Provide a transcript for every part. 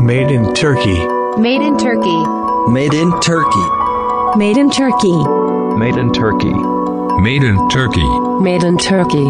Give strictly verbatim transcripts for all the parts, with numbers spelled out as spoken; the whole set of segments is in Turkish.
Made in Turkey. Made in Turkey. Made in Turkey. Made in Turkey. Made in Turkey. Made in Turkey. Made in Turkey.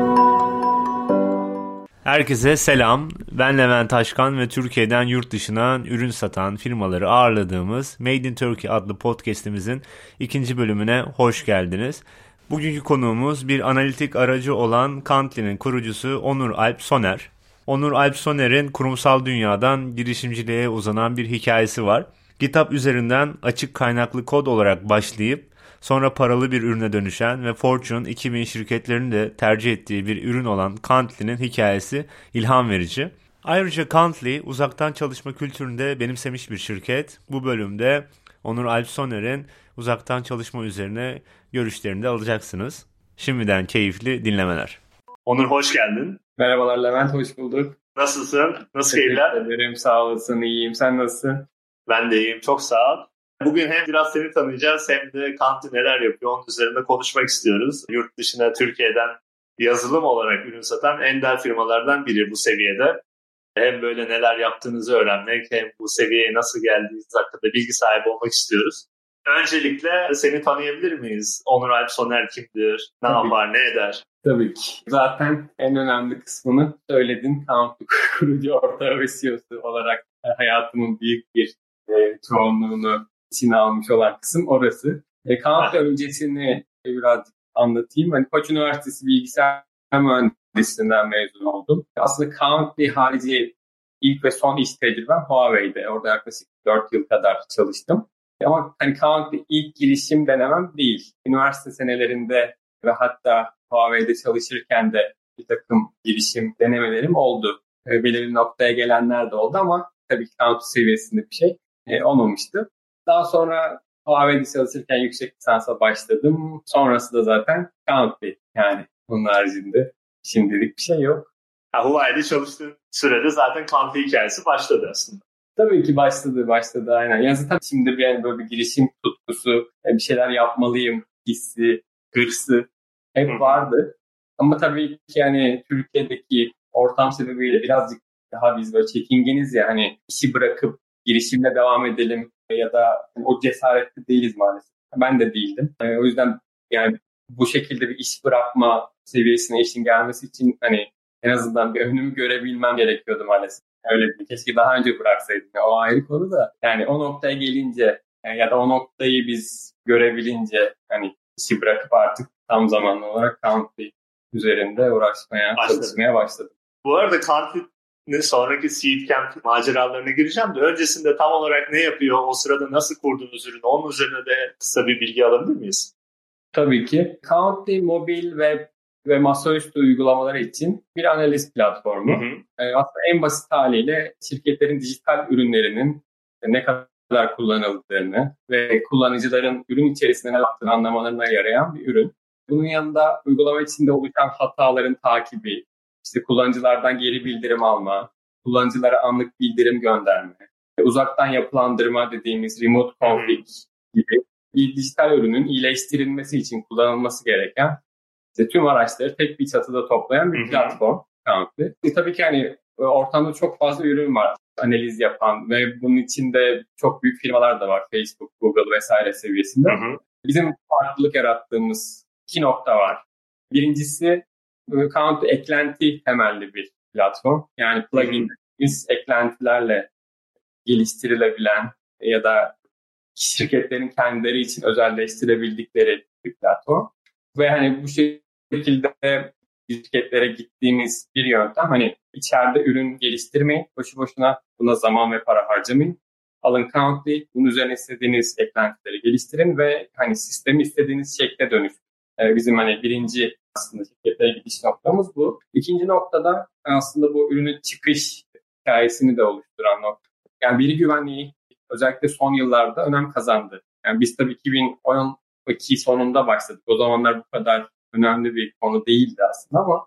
Herkese selam. Ben Levent Taşkan ve Türkiye'den yurt dışına ürün satan firmaları ağırladığımız Made in Turkey adlı podcast'imizin ikinci bölümüne hoş geldiniz. Bugünkü konuğumuz bir analitik aracı olan Kantli'nin kurucusu Onur Alp Soner. Onur Alp Soner'in kurumsal dünyadan girişimciliğe uzanan bir hikayesi var. GitHub üzerinden açık kaynaklı kod olarak başlayıp sonra paralı bir ürüne dönüşen ve Fortune iki bin şirketlerinin de tercih ettiği bir ürün olan Kantli'nin hikayesi ilham verici. Ayrıca Kantli uzaktan çalışma kültüründe benimsemiş bir şirket. Bu bölümde Onur Alp Soner'in uzaktan çalışma üzerine görüşlerini de alacaksınız. Şimdiden keyifli dinlemeler. Onur hoş geldin. Merhabalar Levent, hoş bulduk. Nasılsın? Nasıl Teşekkür keyifler? ederim, sağ olasın, iyiyim. Sen nasılsın? Ben de iyiyim, çok sağ ol. Bugün hem biraz seni tanıyacağız hem de Kantli neler yapıyor onun üzerinde konuşmak istiyoruz. Yurt dışına Türkiye'den yazılım olarak ürün satan ender firmalardan biri bu seviyede. Hem böyle neler yaptığınızı öğrenmek hem bu seviyeye nasıl geldiğiniz hakkında bilgi sahibi olmak istiyoruz. Öncelikle seni tanıyabilir miyiz? Onur Alp Soner kimdir? Ne Tabii. yapar? Ne eder? Tabii ki. Zaten en önemli kısmını söyledin. Kantli kurucu, ortağı ve C E O'su olarak hayatımın büyük bir e, çoğunluğunu içine almış olan kısım orası. E, Kantli öncesini birazcık anlatayım. Hani Koç Üniversitesi Bilgisayar Mühendisliğinden mezun oldum. Aslında Kantli harici ilk ve son iş tecrübem Huawei'de. Orada yaklaşık dört yıl kadar çalıştım. Ama hani Kantli ilk girişim denemem değil. Üniversite senelerinde ve hatta Huawei'de çalışırken de bir takım girişim denemelerim oldu. E, belirli noktaya gelenler de oldu ama tabii ki Kantli seviyesinde bir şey e, olmamıştı. Daha sonra Huawei'de çalışırken yüksek lisansa başladım. Sonrası da zaten Kantli. Yani bunun haricinde şimdilik bir şey yok. Ha, Huawei'de çalıştığın sürede zaten Kantli hikayesi başladı aslında. Tabii ki başladı, başladı aynen. Yani zaten şimdi bir, yani böyle bir girişim tutkusu, bir şeyler yapmalıyım hissi, hırsı hep vardı. Ama tabii ki yani Türkiye'deki ortam sebebiyle birazcık daha biz böyle çekingeniz ya, hani işi bırakıp girişimle devam edelim ya da o cesaretli değiliz maalesef. Ben de değildim. Yani o yüzden yani bu şekilde bir iş bırakma seviyesine işin gelmesi için hani en azından bir önümü görebilmem gerekiyordu maalesef. Öyle bir keşke daha önce bıraksaydım. Yani o ayrı konu da yani o noktaya gelince yani ya da o noktayı biz görebilince hani işi bırakıp artık tam zamanlı olarak Kantli üzerinde uğraşmaya, Başladım. çalışmaya başladım. Bu arada Kantli'nin sonraki Seedcamp maceralarına gireceğim de öncesinde tam olarak ne yapıyor, o sırada nasıl kurduğunuz ürünü, onun üzerine de kısa bir bilgi alabilir miyiz? Tabii ki. Kantli mobil, web ve masaüstü uygulamaları için bir analiz platformu. Hı hı. Ee, aslında en basit haliyle şirketlerin dijital ürünlerinin ne kadar kullanıldığını ve kullanıcıların ürün içerisinde ne yaptığını anlamalarına yarayan bir ürün. Bunun yanında uygulama içinde oluşan hataların takibi, işte kullanıcılardan geri bildirim alma, kullanıcılara anlık bildirim gönderme, uzaktan yapılandırma dediğimiz remote config gibi bir dijital ürünün iyileştirilmesi için kullanılması gereken işte tüm araçları tek bir çatıda toplayan bir platform. Kantli. E, tabii ki hani ortamda çok fazla ürün var analiz yapan ve bunun içinde çok büyük firmalar da var. Facebook, Google vesaire seviyesinde. Hı hı. Bizim farklılık yarattığımız iki nokta var. Birincisi Kantli eklenti temelli bir platform. Yani plugin eklentilerle geliştirilebilen ya da şirketlerin kendileri için özelleştirebildikleri bir platform. Ve hani bu şekilde şirketlere gittiğimiz bir yöntem. Hani içeride ürün geliştirmeyin, boşu boşuna buna zaman ve para harcamayın. Alın Kantli, bunun üzerine istediğiniz eklentileri geliştirin ve hani sistemi istediğiniz şekle dönüştürün. Ee, bizim hani birinci aslında şirketlere gidiş noktamız bu. İkinci noktada aslında bu ürünün çıkış hikayesini de oluşturan nokta. Yani veri güvenliği özellikle son yıllarda önem kazandı. Yani biz tabii iki bin on iki sonunda başladık. O zamanlar bu kadar önemli bir konu değildi aslında ama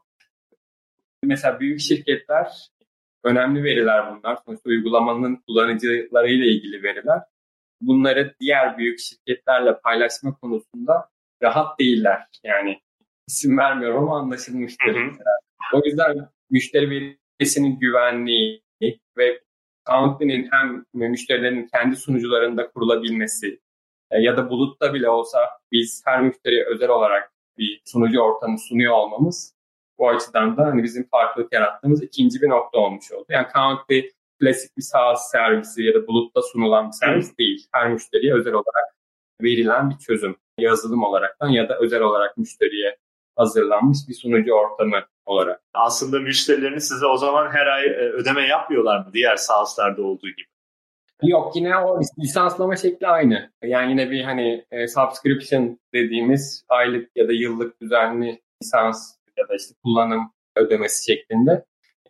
mesela büyük şirketler, önemli veriler bunlar. Sonuçta uygulamanın kullanıcılarıyla ilgili veriler. Bunları diğer büyük şirketlerle paylaşma konusunda rahat değiller. Yani isim vermiyorum ama anlaşılmıştır. Hı hı. O yüzden müşteri verisinin güvenliği ve Countly'nin hem müşterilerin kendi sunucularında kurulabilmesi e, ya da bulutta bile olsa biz her müşteriye özel olarak bir sunucu ortamı sunuyor olmamız bu açıdan da hani bizim farklılık yarattığımız ikinci bir nokta olmuş oldu. Yani Countly klasik bir SaaS servisi ya da bulutta sunulan bir servis değil. Her müşteriye özel olarak verilen bir çözüm. Yazılım olaraktan ya da özel olarak müşteriye hazırlanmış bir sunucu ortamı olarak. Aslında müşterileriniz size o zaman her ay ödeme yapmıyorlar mı diğer SaaS'larda olduğu gibi? Yok, yine o lisanslama şekli aynı. Yani yine bir hani e, subscription dediğimiz aylık ya da yıllık düzenli lisans ya da işte kullanım ödemesi şeklinde.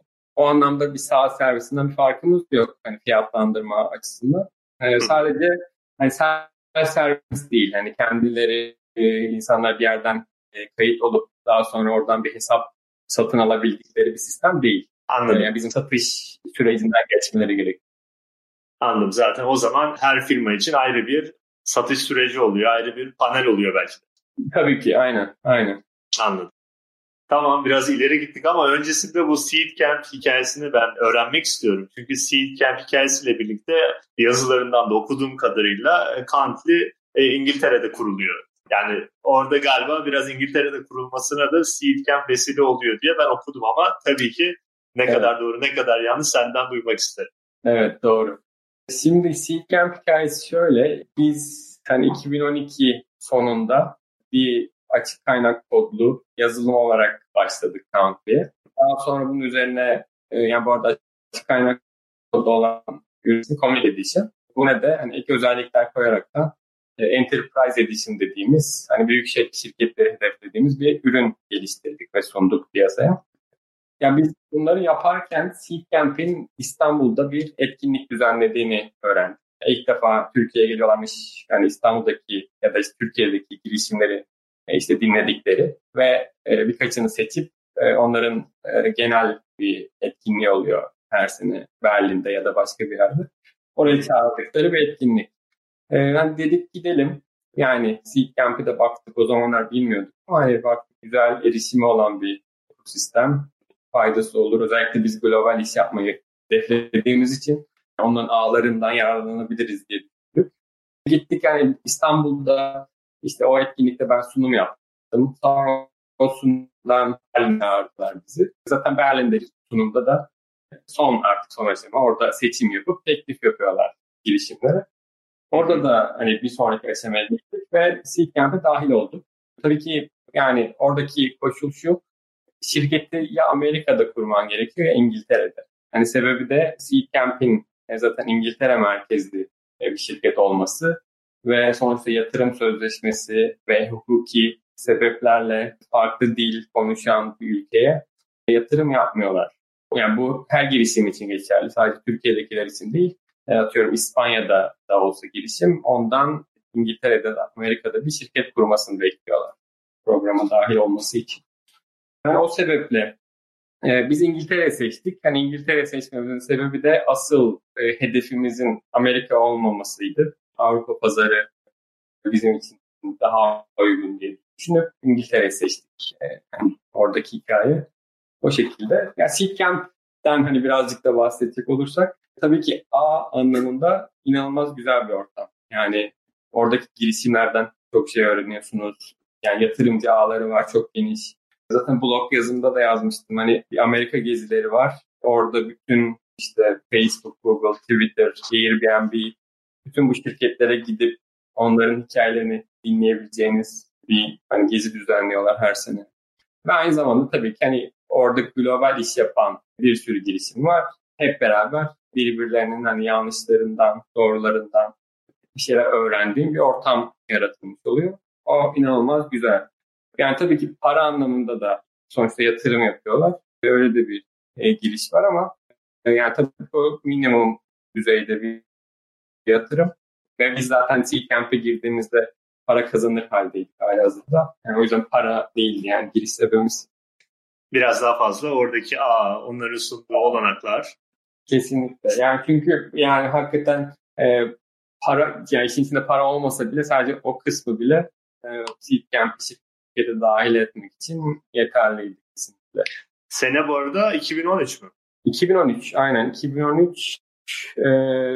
O anlamda bir SaaS servisinden bir farkımız yok hani fiyatlandırma açısından. E, sadece hani servis değil. Hani kendileri e, insanlar bir yerden e, kayıt olup daha sonra oradan bir hesap satın alabildikleri bir sistem değil. Anladım. Yani bizim satış sürecinden geçmeleri gerekiyor. Anladım. Zaten o zaman her firma için ayrı bir satış süreci oluyor. Ayrı bir panel oluyor belki de. Tabii ki. Aynen. Aynen. Anladım. Tamam, biraz ileri gittik ama öncesinde bu Seedcamp hikayesini ben öğrenmek istiyorum. Çünkü Seedcamp hikayesiyle birlikte yazılarından da okuduğum kadarıyla Countly e, İngiltere'de kuruluyor. Yani orada galiba biraz İngiltere'de kurulmasına da Seedcamp vesile oluyor diye ben okudum ama tabii ki ne evet. kadar doğru ne kadar yanlış senden duymak isterim. Evet, doğru. Şimdi Seedcamp hikayesi şöyle. Biz hani iki bin on iki sonunda bir açık kaynak kodlu yazılım olarak başladık Countly'ye. Daha sonra bunun üzerine e, yani bu arada açık kaynak kodlu olan ürün Community Edition. Buna da hani ek özellikler koyarak da e, Enterprise Edition dediğimiz hani büyük şirketleri hedeflediğimiz bir ürün geliştirdik ve sunduk piyasaya. Yani biz bunları yaparken Seedcamp'in İstanbul'da bir etkinlik düzenlediğini öğrendik. İlk defa Türkiye'ye geliyorlarmış, yani İstanbul'daki ya da işte Türkiye'deki girişimleri işte dinledikleri ve birkaçını seçip onların genel bir etkinliği oluyor her sene Berlin'de ya da başka bir yerde. Oraya çağırdıkları bir etkinlik. Yani dedik gidelim. Yani Seedcamp'e de baktık, o zamanlar bilmiyorduk. Ama hani baktık, güzel erişimi olan bir sistem. Faydası olur. Özellikle biz global iş yapmayı hedeflediğimiz için onların ağlarından yararlanabiliriz diye düşündük. Gittik yani İstanbul'da işte o etkinlikte ben sunum yaptım. Sonra o sunumdan Berlin'e ağırdılar bizi. Zaten Berlin'de sunumda da son artık son aşama. Orada seçim yapıp teklif yapıyorlar girişimlere. Orada da hani bir sonraki aşamaya gittik ve Seedcamp'e dahil olduk. Tabii ki yani oradaki koşul şu: şirketi ya Amerika'da kurman gerekiyor ya İngiltere'de. Hani sebebi de Seedcamp'in zaten İngiltere merkezli bir şirket olması ve sonuçta yatırım sözleşmesi ve hukuki sebeplerle farklı dil konuşan bir ülkeye yatırım yapmıyorlar. Yani bu her girişim için geçerli. Sadece Türkiye'dekiler için değil. Atıyorum İspanya'da da olsa girişim, ondan İngiltere'de de Amerika'da bir şirket kurmasını bekliyorlar programa dahil olması için. Yani o sebeple e, biz İngiltere seçtik. Yani İngiltere seçmemizin sebebi de asıl e, hedefimizin Amerika olmamasıydı. Avrupa pazarı bizim için daha uygun diye düşünüp İngiltere seçtik. E, yani oradaki hikaye o şekilde. Yani Seedcamp'ten hani birazcık da bahsedecek olursak, tabii ki A anlamında inanılmaz güzel bir ortam. Yani oradaki girişimlerden çok şey öğreniyorsunuz. Yani yatırımcı ağları var, çok geniş. Zaten blog yazımda da yazmıştım. Hani bir Amerika gezileri var. Orada bütün işte Facebook, Google, Twitter, Airbnb, bütün bu şirketlere gidip onların hikayelerini dinleyebileceğiniz bir hani gezi düzenliyorlar her sene. Ve aynı zamanda tabii ki hani orada global iş yapan bir sürü girişim var. Hep beraber birbirlerinin hani yanlışlarından, doğrularından bir şeyler öğrendiğim bir ortam yaratılmış oluyor. O inanılmaz güzel. Yani tabii ki para anlamında da sonuçta yatırım yapıyorlar. Öyle de bir e, giriş var ama e, yani tabii o minimum düzeyde bir yatırım. Ve biz zaten Seedcamp'e girdiğimizde para kazanır haldeydik halihazırda. Yani o yüzden para değildi yani giriş sebebimiz. Biraz daha fazla oradaki A, onların sunduğu olanaklar. Kesinlikle. Yani çünkü yani hakikaten e, para, yani işin içinde para olmasa bile sadece o kısmı bile e, Seedcamp'e şirkete dahil etmek için yeterliydi kesinlikle. Sene bu arada iki bin on üç mü? iki bin on üç aynen. iki bin on üç e,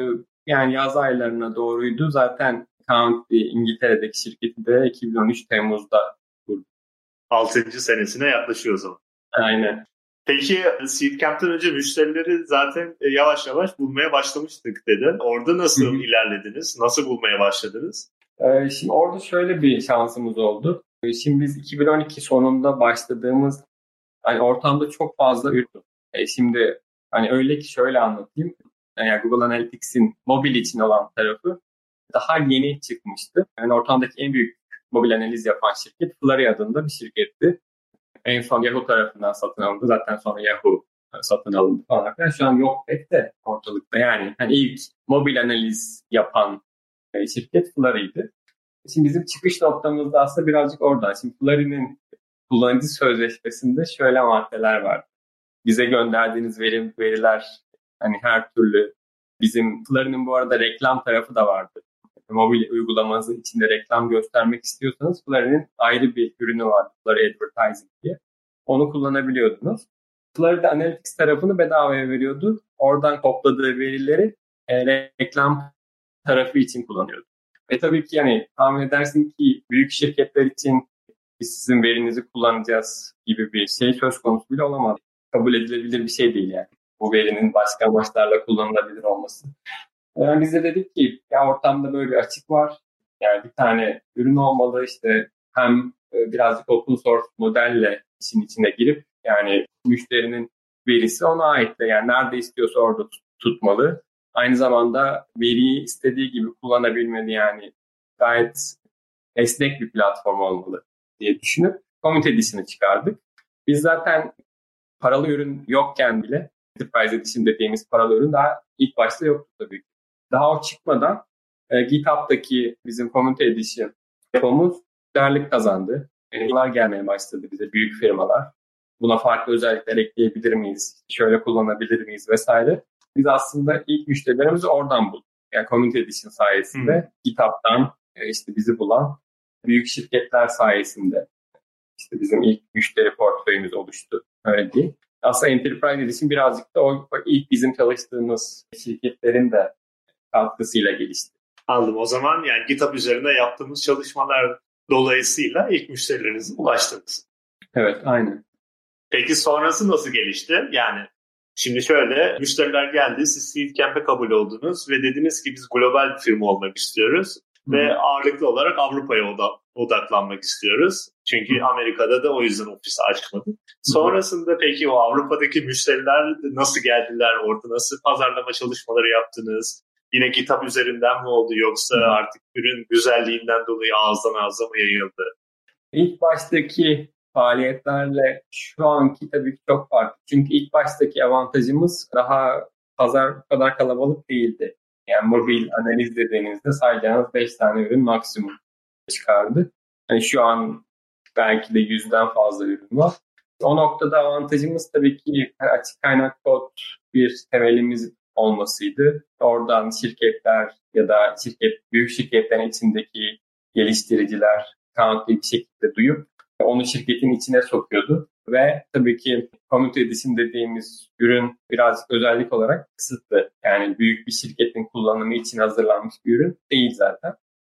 yani yaz aylarına doğruydu. Zaten Countly İngiltere'deki şirketi de iki bin on üç Temmuz'da kurdu. altıncı senesine yaklaşıyor o zaman. Aynen. Peki Seedcamp'ten önce müşterileri zaten yavaş yavaş bulmaya başlamıştık dedin. Orada nasıl Hı hı. ilerlediniz? Nasıl bulmaya başladınız? Ee, şimdi orada şöyle bir şansımız oldu. Şimdi biz iki bin on iki sonunda başladığımız hani ortamda çok fazla ürün. E şimdi hani öyle ki şöyle anlatayım. Yani Google Analytics'in mobil için olan tarafı daha yeni çıkmıştı. Yani ortamdaki en büyük mobil analiz yapan şirket Flurry adında bir şirketti. En son Yahoo tarafından satın alındı. Zaten sonra Yahoo satın alındı falan. Yani şu an yok pek de ortalıkta. Yani hani ilk mobil analiz yapan şirket Flurry'ydi. Şimdi bizim çıkış noktamız da aslında birazcık oradan. Şimdi Flurry'nin kullanıcı sözleşmesinde şöyle maddeler var. Bize gönderdiğiniz veri, veriler hani her türlü bizim Flurry'nin bu arada reklam tarafı da vardı. Mobil uygulamanızın içinde reklam göstermek istiyorsanız Flurry'nin ayrı bir ürünü vardı. Flurry Advertising diye. Onu kullanabiliyordunuz. Flurry de Analytics tarafını bedavaya veriyordu. Oradan topladığı verileri e, reklam tarafı için kullanıyordu. Ve tabii ki yani tahmin edersin ki büyük şirketler için biz sizin verinizi kullanacağız gibi bir şey söz konusu bile olamaz. Kabul edilebilir bir şey değil yani. Bu verinin başka amaçlarla kullanılabilir olması. Yani biz de dedik ki ya ortamda böyle bir açık var. Yani bir tane ürün olmalı işte hem birazcık open source modelle işin içine girip yani müşterinin verisi ona ait de yani nerede istiyorsa orada tutmalı. Aynı zamanda veriyi istediği gibi kullanabilmeli yani gayet esnek bir platform olmalı diye düşünüp Community Edition'ı çıkardık. Biz zaten paralı ürün yokken bile Enterprise Edition dediğimiz paralı ürün daha ilk başta yoktu tabii ki. Daha o çıkmadan e, GitHub'daki bizim Community Edition depomuz değerlik kazandı. Firmalar gelmeye başladı bize, büyük firmalar. Buna farklı özellikler ekleyebilir miyiz? Şöyle kullanabilir miyiz vesaire. Biz aslında ilk müşterilerimizi oradan bulduk. Yani Community Edition sayesinde hmm. GitHub'dan işte bizi bulan büyük şirketler sayesinde işte bizim ilk müşteri portföyümüz oluştu. Öyle değil. Aslında Enterprise Edition birazcık da o ilk bizim çalıştığımız şirketlerin de katkısıyla gelişti. Anladım. O zaman yani GitHub üzerinde yaptığımız çalışmalar dolayısıyla ilk müşterilerinize ulaştınız. Evet, aynen. Peki sonrası nasıl gelişti? Yani şimdi şöyle, müşteriler geldi, siz Seedcamp'e kabul oldunuz ve dediniz ki biz global bir firma olmak istiyoruz. Hı. Ve ağırlıklı olarak Avrupa'ya oda- odaklanmak istiyoruz. Çünkü Hı. Amerika'da da o yüzden ofisi açmadık. Sonrasında peki o Avrupa'daki müşteriler nasıl geldiler? Orada nasıl pazarlama çalışmaları yaptınız? Yine GitHub üzerinden mi oldu yoksa Hı. artık ürün güzelliğinden dolayı ağızdan ağza mı yayıldı? İlk baştaki faaliyetlerle şu anki tabii ki çok farklı. Çünkü ilk baştaki avantajımız daha pazar bu kadar kalabalık değildi. Yani mobil analiz dediğinizde sayacağınız beş tane ürün maksimum çıkardı. Yani şu an belki de yüzden fazla ürün var. O noktada avantajımız tabii ki açık kaynak kod bir temelimiz olmasıydı. Oradan şirketler ya da şirket büyük şirketlerin içindeki geliştiriciler Countly bir şekilde duyup onu şirketin içine sokuyordu. Ve tabii ki Community Edition dediğimiz ürün birazcık özellik olarak kısıtlı. Yani büyük bir şirketin kullanımı için hazırlanmış bir ürün değil zaten.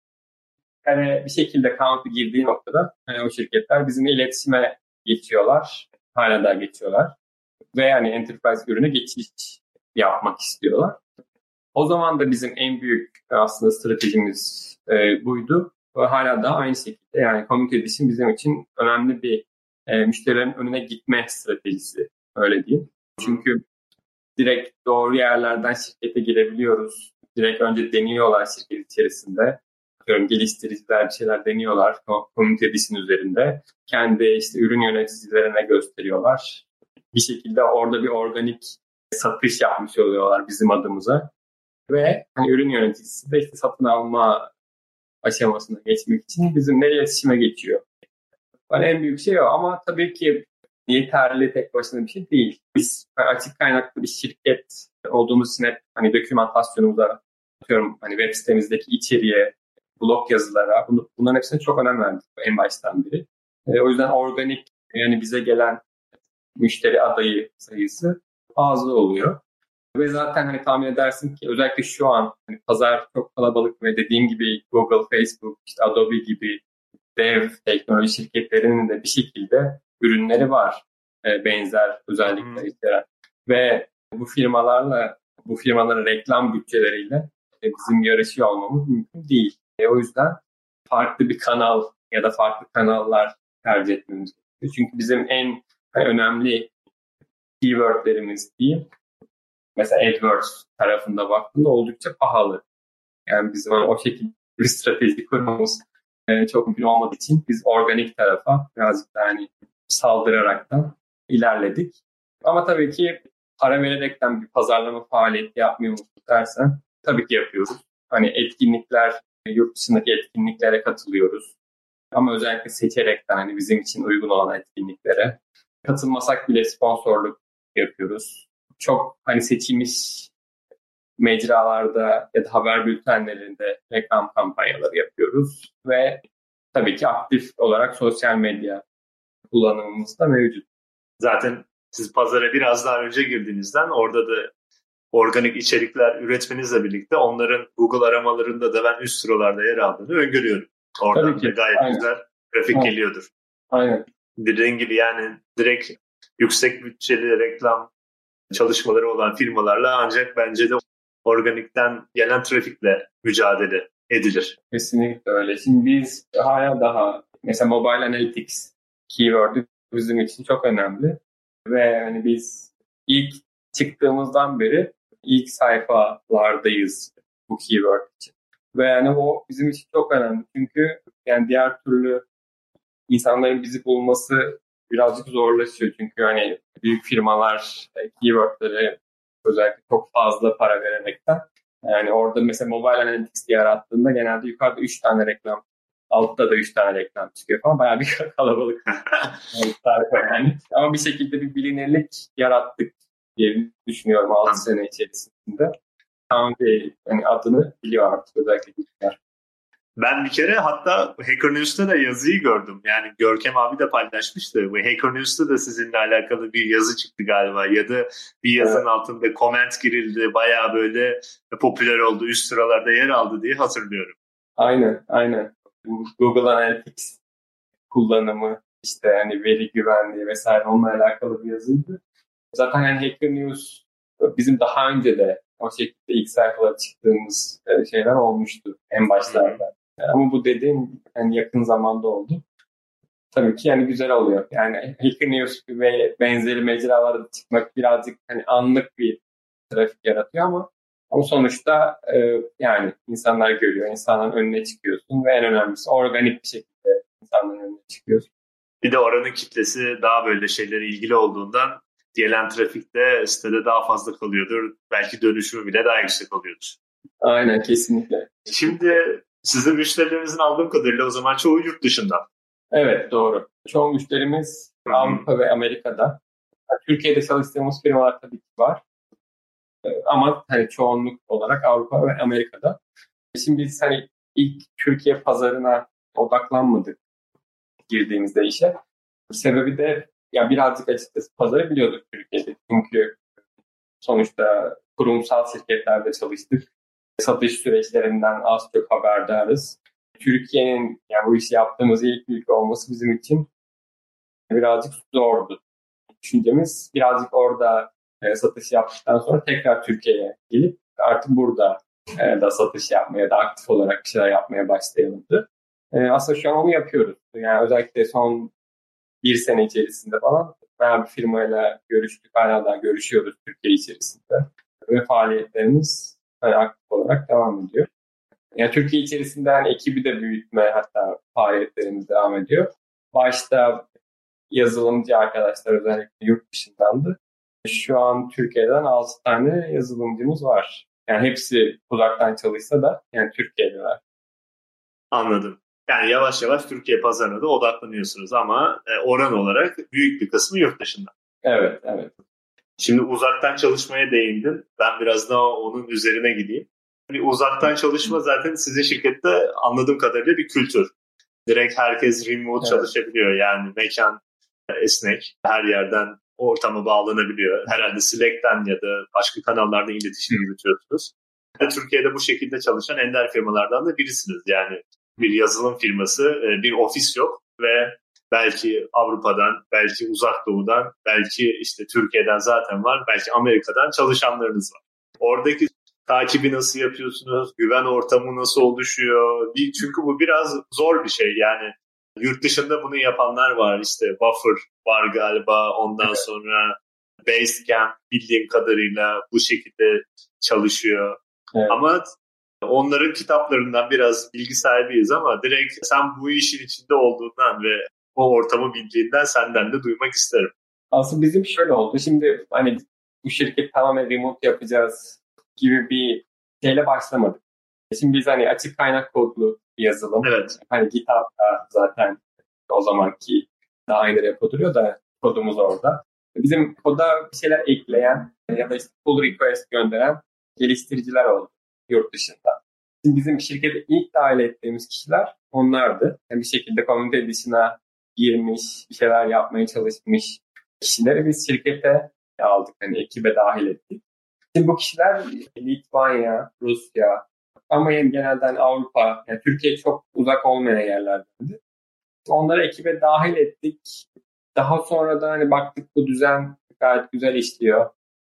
Yani bir şekilde Countly girdiği noktada yani o şirketler bizimle iletişime geçiyorlar. Hala da geçiyorlar. Ve yani Enterprise ürüne geçiş yapmak istiyorlar. O zaman da bizim en büyük aslında stratejimiz e, buydu. Ve hala da aynı şekilde yani Community Edition bizim için önemli bir e, müşterilerin önüne gitme stratejisi. Öyle diyeyim. Çünkü direkt doğru yerlerden şirkete girebiliyoruz. Direkt önce deniyorlar şirket içerisinde. Diyorum, geliştiriciler bir şeyler deniyorlar Community Edition üzerinde. Kendi işte ürün yöneticilerine gösteriyorlar. Bir şekilde orada bir organik satış yapmış oluyorlar bizim adımıza. Ve hani ürün yöneticisi de işte satın alma aşamasına geçmek için bizimle iletişime geçiyor. Yani en büyük şey o ama tabii ki yeterli tek başına bir şey değil. Biz açık kaynaklı bir şirket olduğumuz için hep hani dokümantasyonumuza atıyorum hani web sitemizdeki içeriğe, blog yazılara bunu, bunların hepsine çok önem verdik en baştan beri. E, o yüzden organik yani bize gelen müşteri adayı sayısı fazla oluyor. Ve zaten hani tahmin edersin ki özellikle şu an hani pazar çok kalabalık ve dediğim gibi Google, Facebook, işte Adobe gibi dev teknoloji şirketlerinin de bir şekilde ürünleri var. E, benzer özellikler içeren. Ve bu firmalarla, bu firmaların reklam bütçeleriyle e, bizim yarışıyor olmamız mümkün değil. E, o yüzden farklı bir kanal ya da farklı kanallar tercih etmemiz gerekiyor. Çünkü bizim en yani önemli keywordlerimiz diyeyim. Mesela AdWords tarafında baktığında oldukça pahalı. Yani bizim o şekilde bir strateji kurmamız e, çok mümkün olmadığı için biz organik tarafa birazcık daha hani saldırarak da ilerledik. Ama tabii ki para vererekten bir pazarlama faaliyeti yapmıyor musunuz dersen tabii ki yapıyoruz. Hani etkinlikler, yurt dışındaki etkinliklere katılıyoruz. Ama özellikle seçerekten hani bizim için uygun olan etkinliklere katılmasak bile sponsorluk yapıyoruz. Çok hani seçilmiş mecralarda ya da haber bültenlerinde reklam kampanyaları yapıyoruz ve tabii ki aktif olarak sosyal medya kullanımımız da mevcut. Zaten siz pazara biraz daha önce girdiğinizden orada da organik içerikler üretmenizle birlikte onların Google aramalarında da ben üst sıralarda yer aldığını öngörüyorum. Oradan da gayet Aynen. güzel trafik Aynen. geliyordur. Aynen. Dediğin gibi yani direkt yüksek bütçeli reklam çalışmaları olan firmalarla ancak bence de organikten gelen trafikle mücadele edilir. Kesinlikle öyle. Şimdi biz hala daha mesela Mobile Analytics keyword'ü bizim için çok önemli. Ve hani biz ilk çıktığımızdan beri ilk sayfalardayız bu keyword için. Ve yani o bizim için çok önemli. Çünkü yani diğer türlü insanların bizi bulması birazcık zorlaşıyor. Çünkü hani büyük firmalar keyword'leri özellikle çok fazla para vererekten yani orada mesela Mobile Analytics diye arattığında genelde yukarıda üç tane reklam, altta da üç tane reklam çıkıyor falan. Bayağı bir kalabalık. yani. Ama bir şekilde bir bilinirlik yarattık diye düşünüyorum altı sene içerisinde. Tamam değil. Yani adını biliyor artık özellikle bizler. Ben bir kere hatta Hacker News'ta da yazıyı gördüm. Yani Görkem abi de paylaşmıştı. Ve Hacker News'ta da sizinle alakalı bir yazı çıktı galiba. Ya da bir yazının evet. altında comment girildi. Bayağı böyle popüler oldu. Üst sıralarda yer aldı diye hatırlıyorum. Aynen, aynen. Google Analytics kullanımı, işte hani veri güvenliği vesaire onunla alakalı bir yazıydı. Zaten yani Hacker News bizim daha önce de o şekilde ilk sayfalara çıktığımız şeyler olmuştu en başlarda. Ama bu dediğim yani yakın zamanda oldu. Tabii ki yani güzel oluyor. Yani Hacker News ve benzeri mecralarda çıkmak birazcık hani anlık bir trafik yaratıyor ama ama sonuçta e, yani insanlar görüyor, insanların önüne çıkıyorsun ve en önemlisi organik bir şekilde insanların önüne çıkıyorsun. Bir de oranın kitlesi daha böyle şeylere ilgili olduğundan gelen trafik de sitede daha fazla kalıyordur. Belki dönüşümü bile daha yüksek oluyordur. Aynen, kesinlikle. Şimdi sizin müşterilerinizin aldığım kadarıyla o zaman çoğu yurt dışından. Evet, doğru. Çoğu müşterimiz Hı-hı. Avrupa ve Amerika'da. Türkiye'de çalıştığımız firmalar tabii ki var. Ama hani çoğunluk olarak Avrupa ve Amerika'da. Şimdi biz hani ilk Türkiye pazarına odaklanmadık girdiğimizde işe. Sebebi de ya birazcık açıkçası pazarı biliyorduk Türkiye'de. Çünkü sonuçta kurumsal şirketlerde çalıştık. Satış süreçlerinden az çok haberdarız. Türkiye'nin yani bu işi yaptığımız ilk ülke olması bizim için birazcık zordu. Düşüncemiz birazcık orada e, satış yaptıktan sonra tekrar Türkiye'ye gelip artık burada e, da satış yapmaya, da aktif olarak bir şeyler yapmaya başlayalımdı. E, aslında şu an onu yapıyoruz. Yani özellikle son bir sene içerisinde falan bayağı bir firmayla görüştük. Hala daha görüşüyoruz Türkiye içerisinde. Ve faaliyetlerimiz hani aktif olarak devam ediyor. Yani Türkiye içerisinde hani ekibi de büyütme hatta faaliyetlerimiz devam ediyor. Başta yazılımcı arkadaşlar özellikle yurt dışındandı. Şu an Türkiye'den altı tane yazılımcımız var. Yani hepsi uzaktan çalışsa da yani Türkiye'deler. Anladım. Yani yavaş yavaş Türkiye pazarına da odaklanıyorsunuz ama oran olarak büyük bir kısmı yurt dışında. Evet, evet. Şimdi uzaktan çalışmaya değindin. Ben biraz daha onun üzerine gideyim. Bir uzaktan çalışma zaten sizin şirkette anladığım kadarıyla bir kültür. Direkt herkes remote evet. çalışabiliyor. Yani mekan esnek. Her yerden ortama bağlanabiliyor. Herhalde Slack'ten ya da başka kanallardan iletişim yürütüyorsunuz. Türkiye'de bu şekilde çalışan ender firmalardan da birisiniz. Yani bir yazılım firması, bir ofis yok ve belki Avrupa'dan, belki Uzak Doğu'dan, belki işte Türkiye'den zaten var, belki Amerika'dan çalışanlarınız var. Oradaki takibi nasıl yapıyorsunuz? Güven ortamı nasıl oluşuyor? Çünkü bu biraz zor bir şey. Yani yurt dışında bunu yapanlar var. İşte Buffer var galiba. Ondan evet. sonra Basecamp bildiğim kadarıyla bu şekilde çalışıyor. Evet. Ama onların kitaplarından biraz bilgi sahibiyiz ama direkt sen bu işin içinde olduğundan ve o ortamı bildiğinden senden de duymak isterim. Aslında bizim şöyle oldu. Şimdi hani bu şirket tamamen remote yapacağız gibi bir şeyle başlamadık. Şimdi biz hani açık kaynak kodlu bir yazılım. Evet. Hani GitHub'da zaten o zamanki daha aynı repo duruyor da kodumuz orada. Bizim koda bir şeyler ekleyen ya da işte pull request gönderen geliştiriciler oldu yurt dışında. Şimdi bizim şirkete ilk dahil ettiğimiz kişiler onlardı. Yani bir şekilde community dışına girmiş, bir şeyler yapmaya çalışmış kişileri biz şirkete aldık. Hani ekibe dahil ettik. Şimdi bu kişiler Litvanya, Rusya ama yani genelden Avrupa, yani Türkiye çok uzak olmayan yerlerdendi. Onları ekibe dahil ettik. Daha sonra da hani baktık bu düzen gayet güzel işliyor.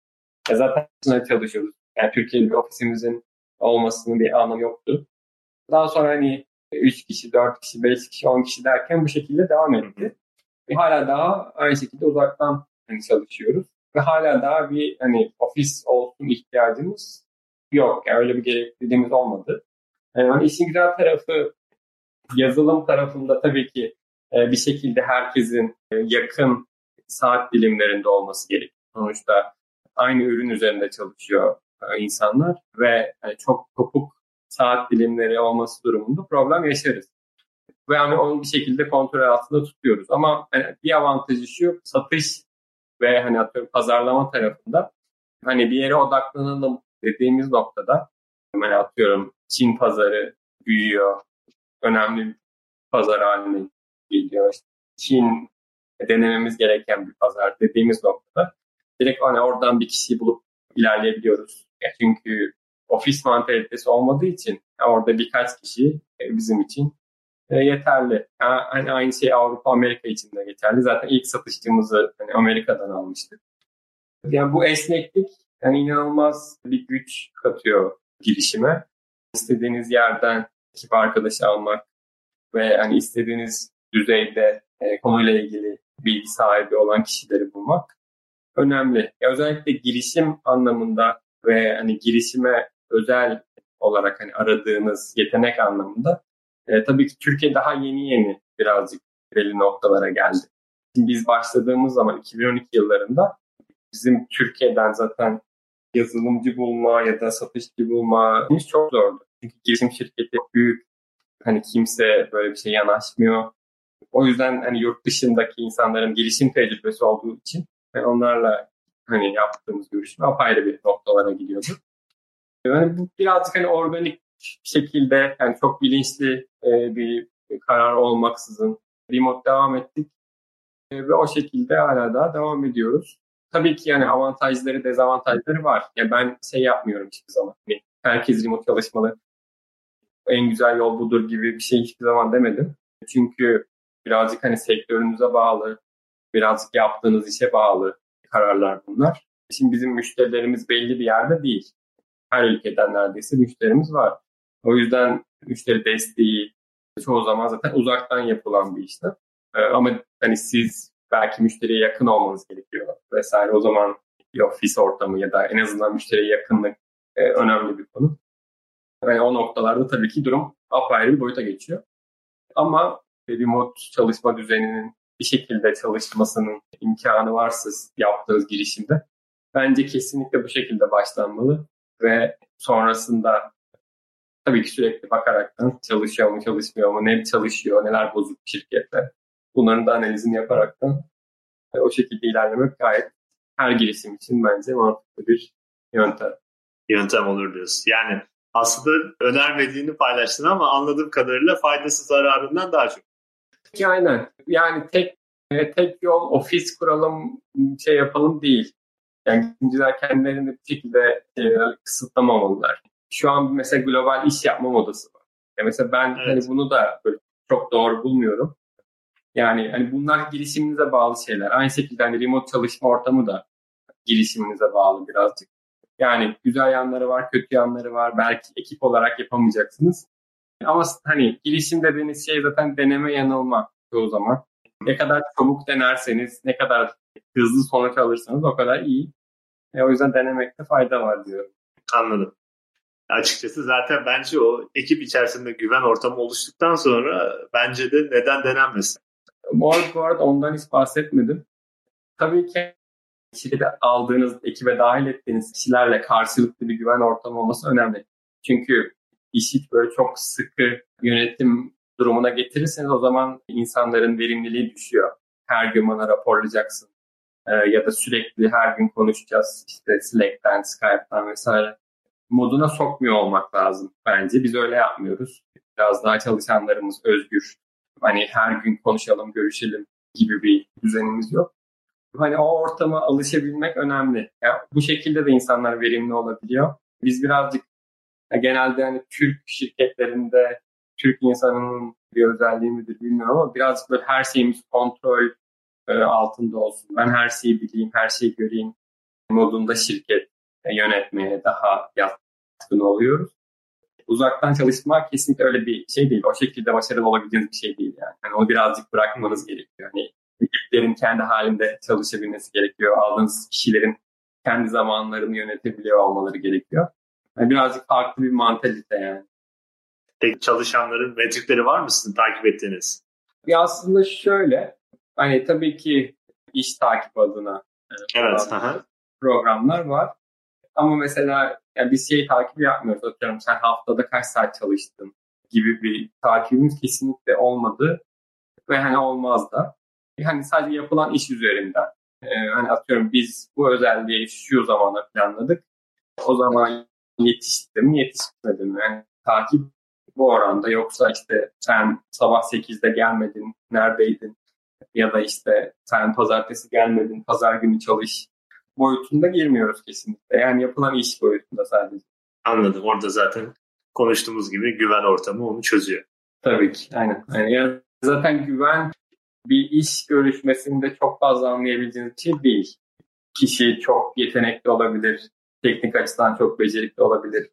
Ya zaten çalışıyoruz. Yani Türkiye'de bir ofisimizin olmasının bir anlamı yoktu. Daha sonra hani üç kişi, dört kişi, beş kişi, on kişi derken bu şekilde devam etti. Ve hala daha aynı şekilde uzaktan hani çalışıyoruz. Ve hala daha bir hani ofis olsun ihtiyacımız yok. Yani öyle bir gerekliliğimiz olmadı. Yani işin güzel tarafı yazılım tarafında tabii ki bir şekilde herkesin yakın saat dilimlerinde olması gerekiyor. Sonuçta aynı ürün üzerinde çalışıyor insanlar ve çok kopuk saat dilimleri olması durumunda problem yaşarız. Ve yani onu bir şekilde kontrol altında tutuyoruz. Ama yani bir avantajı şu, satış ve hani atıyorum pazarlama tarafında hani bir yere odaklanalım dediğimiz noktada hani atıyorum Çin pazarı büyüyor, önemli bir pazar haline geliyor. İşte Çin denememiz gereken bir pazar dediğimiz noktada direkt hani oradan bir kişiyi bulup ilerleyebiliyoruz. Yani çünkü ofis mantalitesi olmadığı için orada birkaç kişi bizim için yeterli. Yani hani aynı şey Avrupa, Amerika için de geçerli. Zaten ilk satışçımızı hani Amerika'dan almıştık. Yani bu esneklik yani inanılmaz bir güç katıyor girişime. İstediğiniz yerden ekip arkadaşı almak ve hani istediğiniz düzeyde e, konuyla ilgili bilgi sahibi olan kişileri bulmak önemli. Ya özellikle girişim anlamında ve hani girişime özel olarak hani aradığınız yetenek anlamında e, tabii ki Türkiye daha yeni yeni birazcık belli noktalara geldi. Şimdi biz başladığımız zaman iki bin on iki yıllarında bizim Türkiye'den zaten yazılımcı bulma ya da satışçı bulma çok zordu. Çünkü girişim şirketi büyük, hani kimse böyle bir şeye yanaşmıyor. O yüzden hani yurt dışındaki insanların girişim tecrübesi olduğu için yani onlarla hani yaptığımız görüşme apayrı bir noktalara gidiyordu. Yani bu birazcık hani organik şekilde yani çok bilinçli e, bir karar olmaksızın remote devam ettik e, ve o şekilde hala daha devam ediyoruz. Tabii ki yani avantajları, dezavantajları var. Yani ben şey yapmıyorum hiçbir zaman. Yani herkes remote çalışmalı. En güzel yol budur gibi bir şey hiçbir zaman demedim. Çünkü birazcık hani sektörünüze bağlı, birazcık yaptığınız işe bağlı kararlar bunlar. Şimdi bizim müşterilerimiz belli bir yerde değil. Her ülkeden neredeyse müşterimiz var. O yüzden müşteri desteği çoğu zaman zaten uzaktan yapılan bir işlem. Ee, ama hani siz belki müşteriye yakın olmanız gerekiyor vesaire. O zaman bir ofis ortamı ya da en azından müşteriye yakınlık e, önemli bir konu. Yani o noktalarda tabii ki durum apayrı bir boyuta geçiyor. Ama remote çalışma düzeninin bir şekilde çalışmasının imkanı varsa yaptığınız girişimde bence kesinlikle bu şekilde başlanmalı ve sonrasında tabii ki sürekli bakaraktan çalışıyor mu çalışmıyor mu, ne çalışıyor, neler bozuk şirkette, bunların da analizini yaparaktan o şekilde ilerlemek gayet her girişim için bence mantıklı bir yöntem. Yöntem olur diyorsun. Yani aslında önermediğini paylaştın ama anladığım kadarıyla faydası zararından daha çok. Aynen. Yani tek e, tek yol ofis kuralım, şey yapalım değil. Yani girişimciler kendilerini bir şekilde e, kısıtlamamalılar. Şu an mesela global iş yapma modası var. Yani mesela ben evet. hani bunu da böyle çok doğru bulmuyorum. Yani hani bunlar girişiminize bağlı şeyler. Aynı şekilde hani remote çalışma ortamı da girişiminize bağlı birazcık. Yani güzel yanları var, kötü yanları var. Belki ekip olarak yapamayacaksınız. Ama hani girişim dediğiniz şey zaten deneme yanılma çoğu zaman. Ne kadar çabuk denerseniz, ne kadar hızlı sonuç alırsanız o kadar iyi. E, o yüzden denemekte fayda var diyorum. Anladım. Açıkçası zaten bence o ekip içerisinde güven ortamı oluştuktan sonra bence de neden denenmesin? Bu arada, bu arada ondan hiç bahsetmedim. Tabii ki şirkete aldığınız, ekibe dahil ettiğiniz kişilerle karşılıklı bir güven ortamı olması önemli. Çünkü işi böyle çok sıkı yönetim durumuna getirirseniz o zaman insanların verimliliği düşüyor. Her gün bana raporlayacaksın. Ee, ya da sürekli her gün konuşacağız. İşte Slack'ten, Skype'tan vesaire. Moduna sokmuyor olmak lazım bence. Biz öyle yapmıyoruz. Biraz daha çalışanlarımız özgür. Hani her gün konuşalım, görüşelim gibi bir düzenimiz yok. Hani o ortama alışabilmek önemli. Yani bu şekilde de insanlar verimli olabiliyor. Biz birazcık genelde hani Türk şirketlerinde Türk insanının bir özelliği midir bilmiyorum ama birazcık böyle her şeyimiz kontrol altında olsun. Ben her şeyi bileyim, her şeyi göreyim modunda şirket yönetmeye daha yatkın oluyoruz. Uzaktan çalışmak kesinlikle öyle bir şey değil. O şekilde başarılı olabileceğiniz bir şey değil yani. Yani onu birazcık bırakmanız gerekiyor. Hani ekiplerin kendi halinde çalışabilmesi gerekiyor. Aldığınız kişilerin kendi zamanlarını yönetebiliyor olmaları gerekiyor. Yani birazcık farklı bir mantalite yani. Peki çalışanların metrikleri var mı sizin takip ettiğiniz? Ya aslında şöyle, hani tabii ki iş takip adına evet, programlar var. Ama mesela yani biz şey takip yapmıyoruz. Atıyorum sen haftada kaç saat çalıştın gibi bir takibimiz kesinlikle olmadı. Ve hani olmaz da. Hani sadece yapılan iş üzerinden. Ee, hani atıyorum biz bu özelliği şu zamana planladık. O zaman yetişti mi yetişmedi mi? Yani takip bu oranda. Yoksa işte sen sabah sekizde gelmedin, neredeydin? Ya da işte sen pazartesi gelmedin, pazar günü çalış boyutunda girmiyoruz kesinlikle. Yani yapılan iş boyutunda sadece. Anladım. Orada zaten konuştuğumuz gibi güven ortamı onu çözüyor. Tabii ki. Aynen. Yani ya zaten güven bir iş görüşmesinde çok fazla anlayabileceğiniz bir şey değil. Kişi çok yetenekli olabilir. Teknik açıdan çok becerikli olabilir.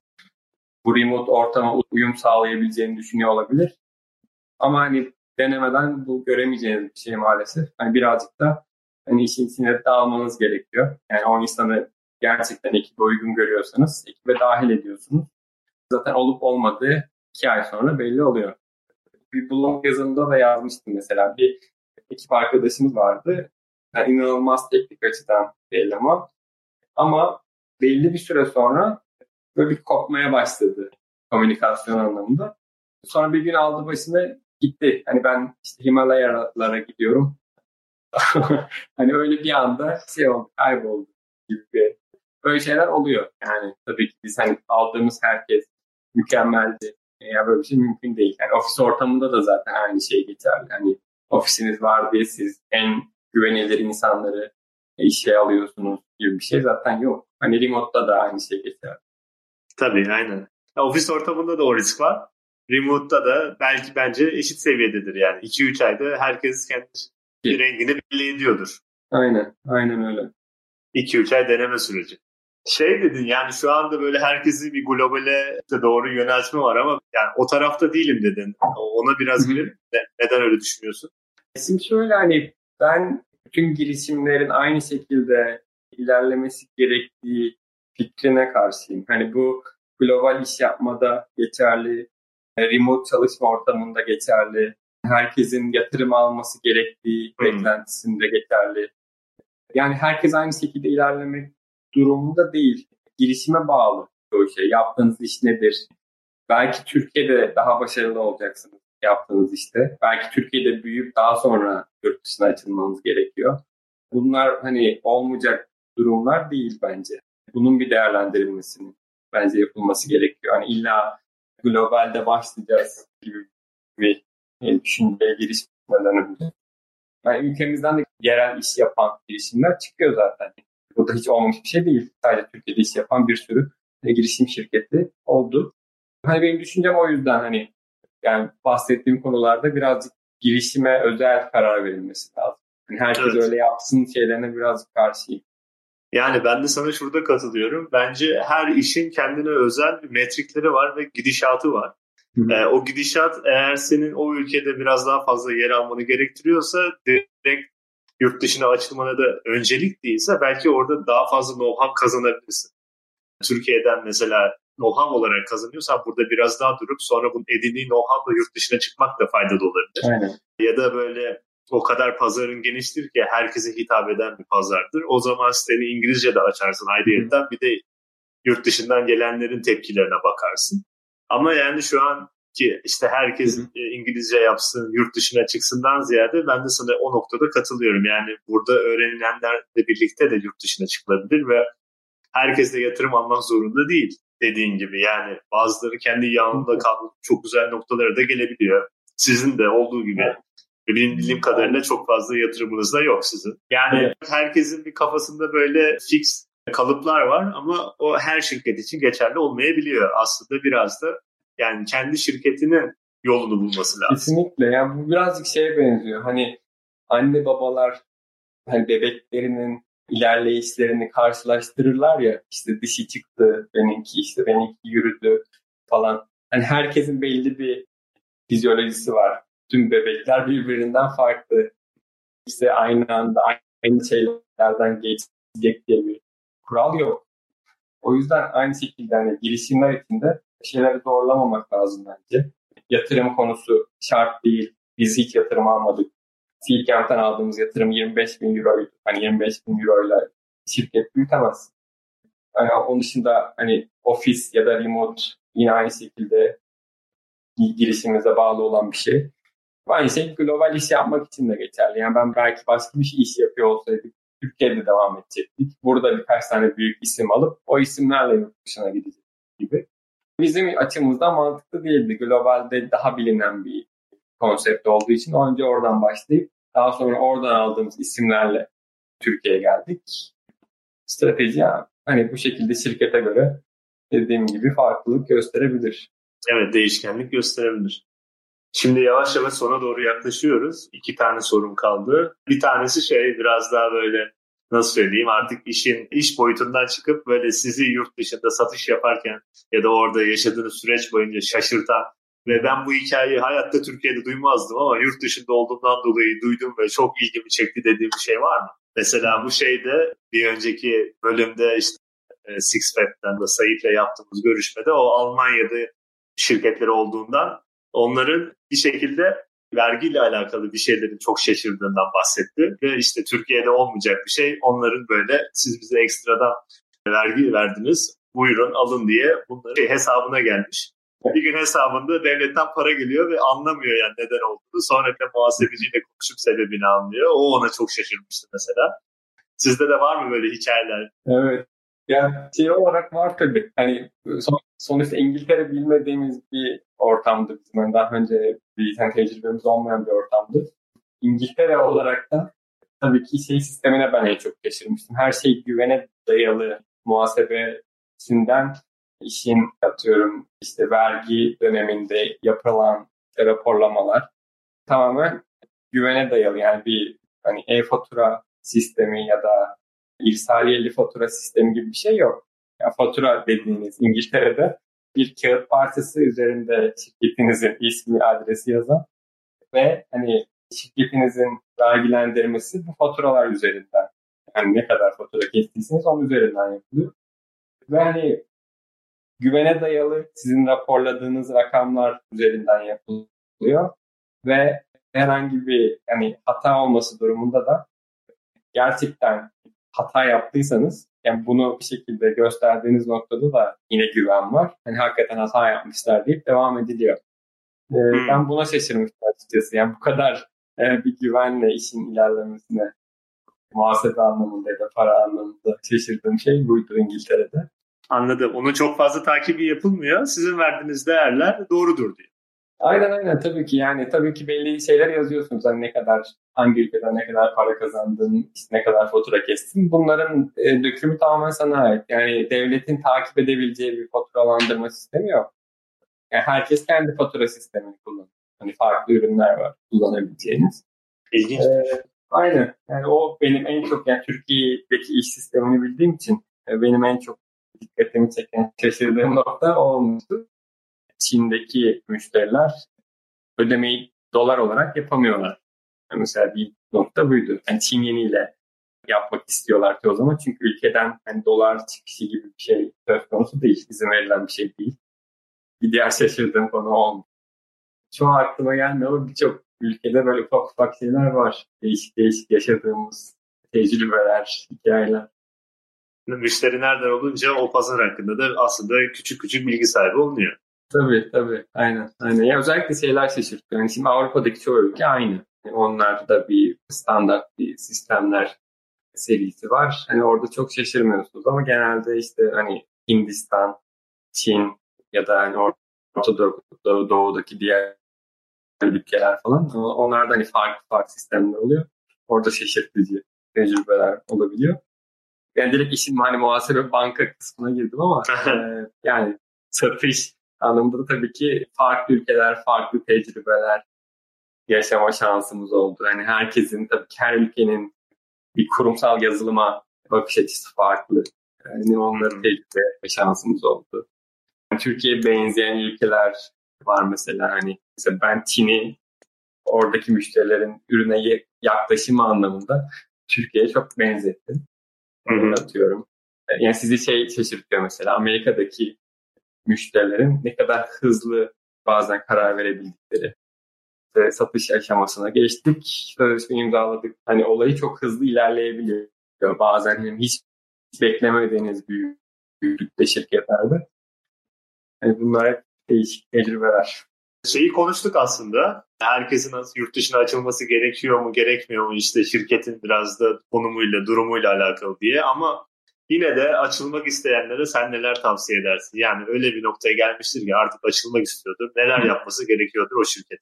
Bu remote ortama uyum sağlayabileceğini düşünüyor olabilir. Ama hani denemeden bu göremeyeceğiniz bir şey maalesef. Hani birazcık da hani işin içine dağılmanız gerekiyor. Yani o insanı gerçekten ekibe uygun görüyorsanız ekibe dahil ediyorsunuz. Zaten olup olmadığı iki ay sonra belli oluyor. Bir blog yazımında da yazmıştım mesela. Bir ekip arkadaşımız vardı. Yani inanılmaz teknik açıdan bir eleman. Ama belli bir süre sonra böyle bir kopmaya başladı komünikasyon anlamında. Sonra bir gün aldı başına gitti. Hani ben işte Himalayalara gidiyorum. Hani öyle bir anda şey oldu, kayboldu gibi. Böyle şeyler oluyor. Yani tabii ki biz hani aldığımız herkes mükemmeldi. Ya böyle bir şey mümkün değil. Yani ofis ortamında da zaten aynı şey geçerli. Hani ofisiniz var diye siz en güvenilir insanları işe alıyorsunuz gibi bir şey zaten yok. Hani remote'da da aynı şey geçerli. Tabii aynen. Ya, ofis ortamında da o risk var. Remote'da da belki bence eşit seviyededir yani. iki üç ayda herkes kendi bir rengini belli ediyordur. Aynen, aynen öyle. iki üç ay deneme süreci. Şey dedin yani şu anda böyle herkesi bir globale doğru yöneltme var ama yani o tarafta değilim dedin. Ona biraz girelim. Neden öyle düşünüyorsun? Şimdi şöyle hani ben bütün girişimlerin aynı şekilde ilerlemesi gerektiği fikrine karşıyım. Hani bu global iş yapmada geçerli, remote çalışma ortamında geçerli, herkesin yatırım alması gerektiği hmm. beklentisinde geçerli. Yani herkes aynı şekilde ilerlemek durumunda değil. Girişime bağlı o şey. Yaptığınız iş nedir? Belki Türkiye'de daha başarılı olacaksınız yaptığınız işte. Belki Türkiye'de büyüyüp daha sonra yurt dışına açılmanız gerekiyor. Bunlar hani olmayacak durumlar değil bence. Bunun bir değerlendirilmesinin bence yapılması gerekiyor. Hani illa globalde başlayacağız gibi bir düşünceye girişmeden önce. Yani ülkemizden de yerel iş yapan girişimler çıkıyor zaten. Bu da hiç olmamış bir şey değil. Sadece Türkiye'de iş yapan bir sürü girişim şirketi oldu. Hani benim düşüncem o yüzden hani yani bahsettiğim konularda birazcık girişime özel karar verilmesi lazım. Yani herkes evet. öyle yapsın şeylerine birazcık karşıyım. Yani ben de sana şurada katılıyorum. Bence her işin kendine özel metrikleri var ve gidişatı var. Ee, o gidişat eğer senin o ülkede biraz daha fazla yer almanı gerektiriyorsa direkt yurt dışına açılmana da öncelik değilse belki orada daha fazla know-how kazanabilirsin. Türkiye'den mesela know-how olarak kazanıyorsan burada biraz daha durup sonra bunun edindiği know-how'la yurt dışına çıkmak da faydalı olabilir. Aynen. Ya da böyle o kadar pazarın geniştir ki herkese hitap eden bir pazardır. O zaman siteni İngilizce de açarsın ayrıyetten. Bir de yurt dışından gelenlerin tepkilerine bakarsın. Ama yani şu an ki işte herkes hı hı. İngilizce yapsın, yurt dışına çıksından ziyade ben de sana o noktada katılıyorum. Yani burada öğrenilenlerle birlikte de yurt dışına çıkılabilir ve herkes de yatırım almak zorunda değil dediğin gibi. Yani bazıları kendi yanında kalmak çok güzel noktalara da gelebiliyor. Sizin de olduğu gibi. Benim bildiğim kadarıyla çok fazla yatırımınız da yok sizin. Yani evet. herkesin bir kafasında böyle fix kalıplar var ama o her şirket için geçerli olmayabiliyor. Aslında biraz da yani kendi şirketinin yolunu bulması lazım. Kesinlikle. Yani bu birazcık şeye benziyor. Hani anne babalar hani bebeklerinin ilerleyişlerini karşılaştırırlar ya, işte dişi çıktı benimki, işte benimki yürüdü falan. Hani herkesin belli bir fizyolojisi var. Tüm bebekler birbirinden farklı. İşte aynı anda aynı şeylerden geçecek diye bir kural yok. O yüzden aynı şekilde hani girişimler içinde şeyleri zorlamamak lazım bence. Yatırım konusu şart değil. Biz hiç yatırım almadık. Seedcamp'ten aldığımız yatırım yirmi beş bin euroydu. Hani yirmi beş bin euroyla şirket büyütemez. Yani onun dışında hani ofis ya da remote yine aynı şekilde girişimize bağlı olan bir şey. Aynı şey global iş yapmak için de geçerli. Yani ben belki başka bir şey iş yapıyor olsaydık Türkiye'de devam edecektik. Burada birkaç tane büyük isim alıp o isimlerle yurt dışına gidecek gibi. Bizim açımızdan mantıklı değildi. Globalde daha bilinen bir konsept olduğu için önce oradan başlayıp daha sonra oradan aldığımız isimlerle Türkiye'ye geldik. Strateji hani bu şekilde şirkete göre dediğim gibi farklılık gösterebilir. Evet, değişkenlik gösterebilir. Şimdi yavaş yavaş sona doğru yaklaşıyoruz. İki tane sorum kaldı. Bir tanesi şey biraz daha böyle nasıl söyleyeyim artık işin iş boyutundan çıkıp böyle sizi yurt dışında satış yaparken ya da orada yaşadığınız süreç boyunca şaşırtan ve ben bu hikayeyi hayatta Türkiye'de duymazdım ama yurt dışında olduğumdan dolayı duydum ve çok ilgimi çekti dediğim bir şey var mı? Mesela bu şeyde bir önceki bölümde işte Sixpack'ten de Sait'le yaptığımız görüşmede o Almanya'da şirketleri olduğundan onların bir şekilde vergiyle alakalı bir şeylerin çok şaşırdığından bahsetti. Ve işte Türkiye'de olmayacak bir şey. Onların böyle siz bize ekstradan vergi verdiniz, buyurun alın diye bunların şey, hesabına gelmiş. Bir gün hesabında devletten para geliyor ve anlamıyor yani neden olduğunu. Sonra da muhasebeciyle konuşup sebebini anlıyor. O ona çok şaşırmıştı mesela. Sizde de var mı böyle hikayeler? Evet. Yani şey olarak var tabii. Hani son, sonuçta İngiltere bilmediğimiz bir ortamdı. Bizim daha önce bir yani tecrübemiz olmayan bir ortamdı. İngiltere olarak da tabii ki şey sistemine ben en çok şaşırmıştım. Her şey güvene dayalı muhasebesinden işin atıyorum işte vergi döneminde yapılan raporlamalar tamamen güvene dayalı. Yani bir hani e-fatura sistemi ya da irsaliyeli fatura sistemi gibi bir şey yok. Yani fatura dediğiniz İngiltere'de bir kağıt parçası üzerinde şirketinizin ismi, adresi yazan ve hani şirketinizin vergilendirmesi bu faturalar üzerinden. Yani ne kadar fatura kestiyseniz onun üzerinden yapılıyor. Ve hani güvene dayalı sizin raporladığınız rakamlar üzerinden yapılıyor ve herhangi bir yani hata olması durumunda da gerçekten hata yaptıysanız yani bunu bir şekilde gösterdiğiniz noktada da yine güven var. Hani hakikaten hata yapmışlar deyip devam ediliyor. Ee, hmm. Ben buna şaşırmıştım açıkçası. Yani bu kadar e, bir güvenle işin ilerlemesine muhasebe anlamında ya da para anlamında şaşırdığım şey buydu İngiltere'de. Anladım. Onun çok fazla takibi yapılmıyor. Sizin verdiğiniz değerler doğrudur diyor. Aynen aynen tabii ki yani tabii ki belli şeyler yazıyorsunuz. Hani ne kadar hangi ülkeden ne kadar para kazandın, işte ne kadar fatura kestin. Bunların e, dökümü tamamen sana ait. Yani devletin takip edebileceği bir faturalandırma sistemi yok. Yani herkes kendi fatura sistemini kullanıyor. Hani farklı ürünler var kullanabileceğiniz. İlginç. Ee, aynen. Yani o benim en çok, yani Türkiye'deki iş sistemini bildiğim için e, benim en çok dikkatimi çeken, şaşırdığım nokta o olmuştu. Çin'deki müşteriler ödemeyi dolar olarak yapamıyorlar. Yani mesela bir nokta buydu. Yani Çin yeniyle yapmak istiyorlar ki o zaman. Çünkü ülkeden yani dolar çıkışı gibi bir şey söz konusu değil. İzin verilen bir şey değil. Bir diğer şaşırdığım konu olmuş. Şu an aklıma gelmiyor. Birçok ülkede böyle ufak ufak şeyler var. Değişik değişik yaşadığımız tecrübeler, hikayeler. Müşteri nereden olunca o pazar hakkında da aslında küçük küçük bilgi sahibi olunuyor. Tabii tabii. Aynen. Aynen. Ya özellikle şeyler şaşırtıyor. Yani şimdi Avrupa'daki çoğu ülke aynı. Yani onlarda bir standart bir sistemler serisi var. Hani orada çok şaşırmıyorsunuz ama genelde işte hani Hindistan, Çin ya da hani Orta Doğu, Doğu'daki diğer ülkeler falan. Onlarda hani farklı farklı sistemler oluyor. Orada şaşırtıcı tecrübeler olabiliyor. Yani direkt işin hani muhasebe banka kısmına girdim ama e, yani satış anlamında da tabii ki farklı ülkeler, farklı tecrübeler yaşama şansımız oldu. Yani herkesin, tabii ki her ülkenin bir kurumsal yazılıma bakış açısı farklı. Yani onları tecrübe etme şansımız oldu. Yani Türkiye'ye benzeyen ülkeler var mesela, hani mesela ben Çin'i oradaki müşterilerin ürüne yaklaşımı anlamında Türkiye'ye çok benzettim. Hı-hı. Atıyorum. Yani sizi şey şaşırtıyor mesela, Amerika'daki müşterilerin ne kadar hızlı bazen karar verebildikleri. İşte satış aşamasına geçtik, sözleşme imzaladık. Hani olayı çok hızlı ilerleyebiliyor. Bazen hani hiç beklemediğiniz büyük, büyüklükte şirketlerde. Yani bunlar hep değişik tecrübeler. Şeyi konuştuk aslında. Herkesin yurt dışına açılması gerekiyor mu, gerekmiyor mu? İşte şirketin biraz da konumuyla, durumuyla alakalı diye. Ama yine de açılmak isteyenlere sen neler tavsiye edersin? Yani öyle bir noktaya gelmiştir ki artık açılmak istiyordur. Neler yapması gerekiyordur o şirket?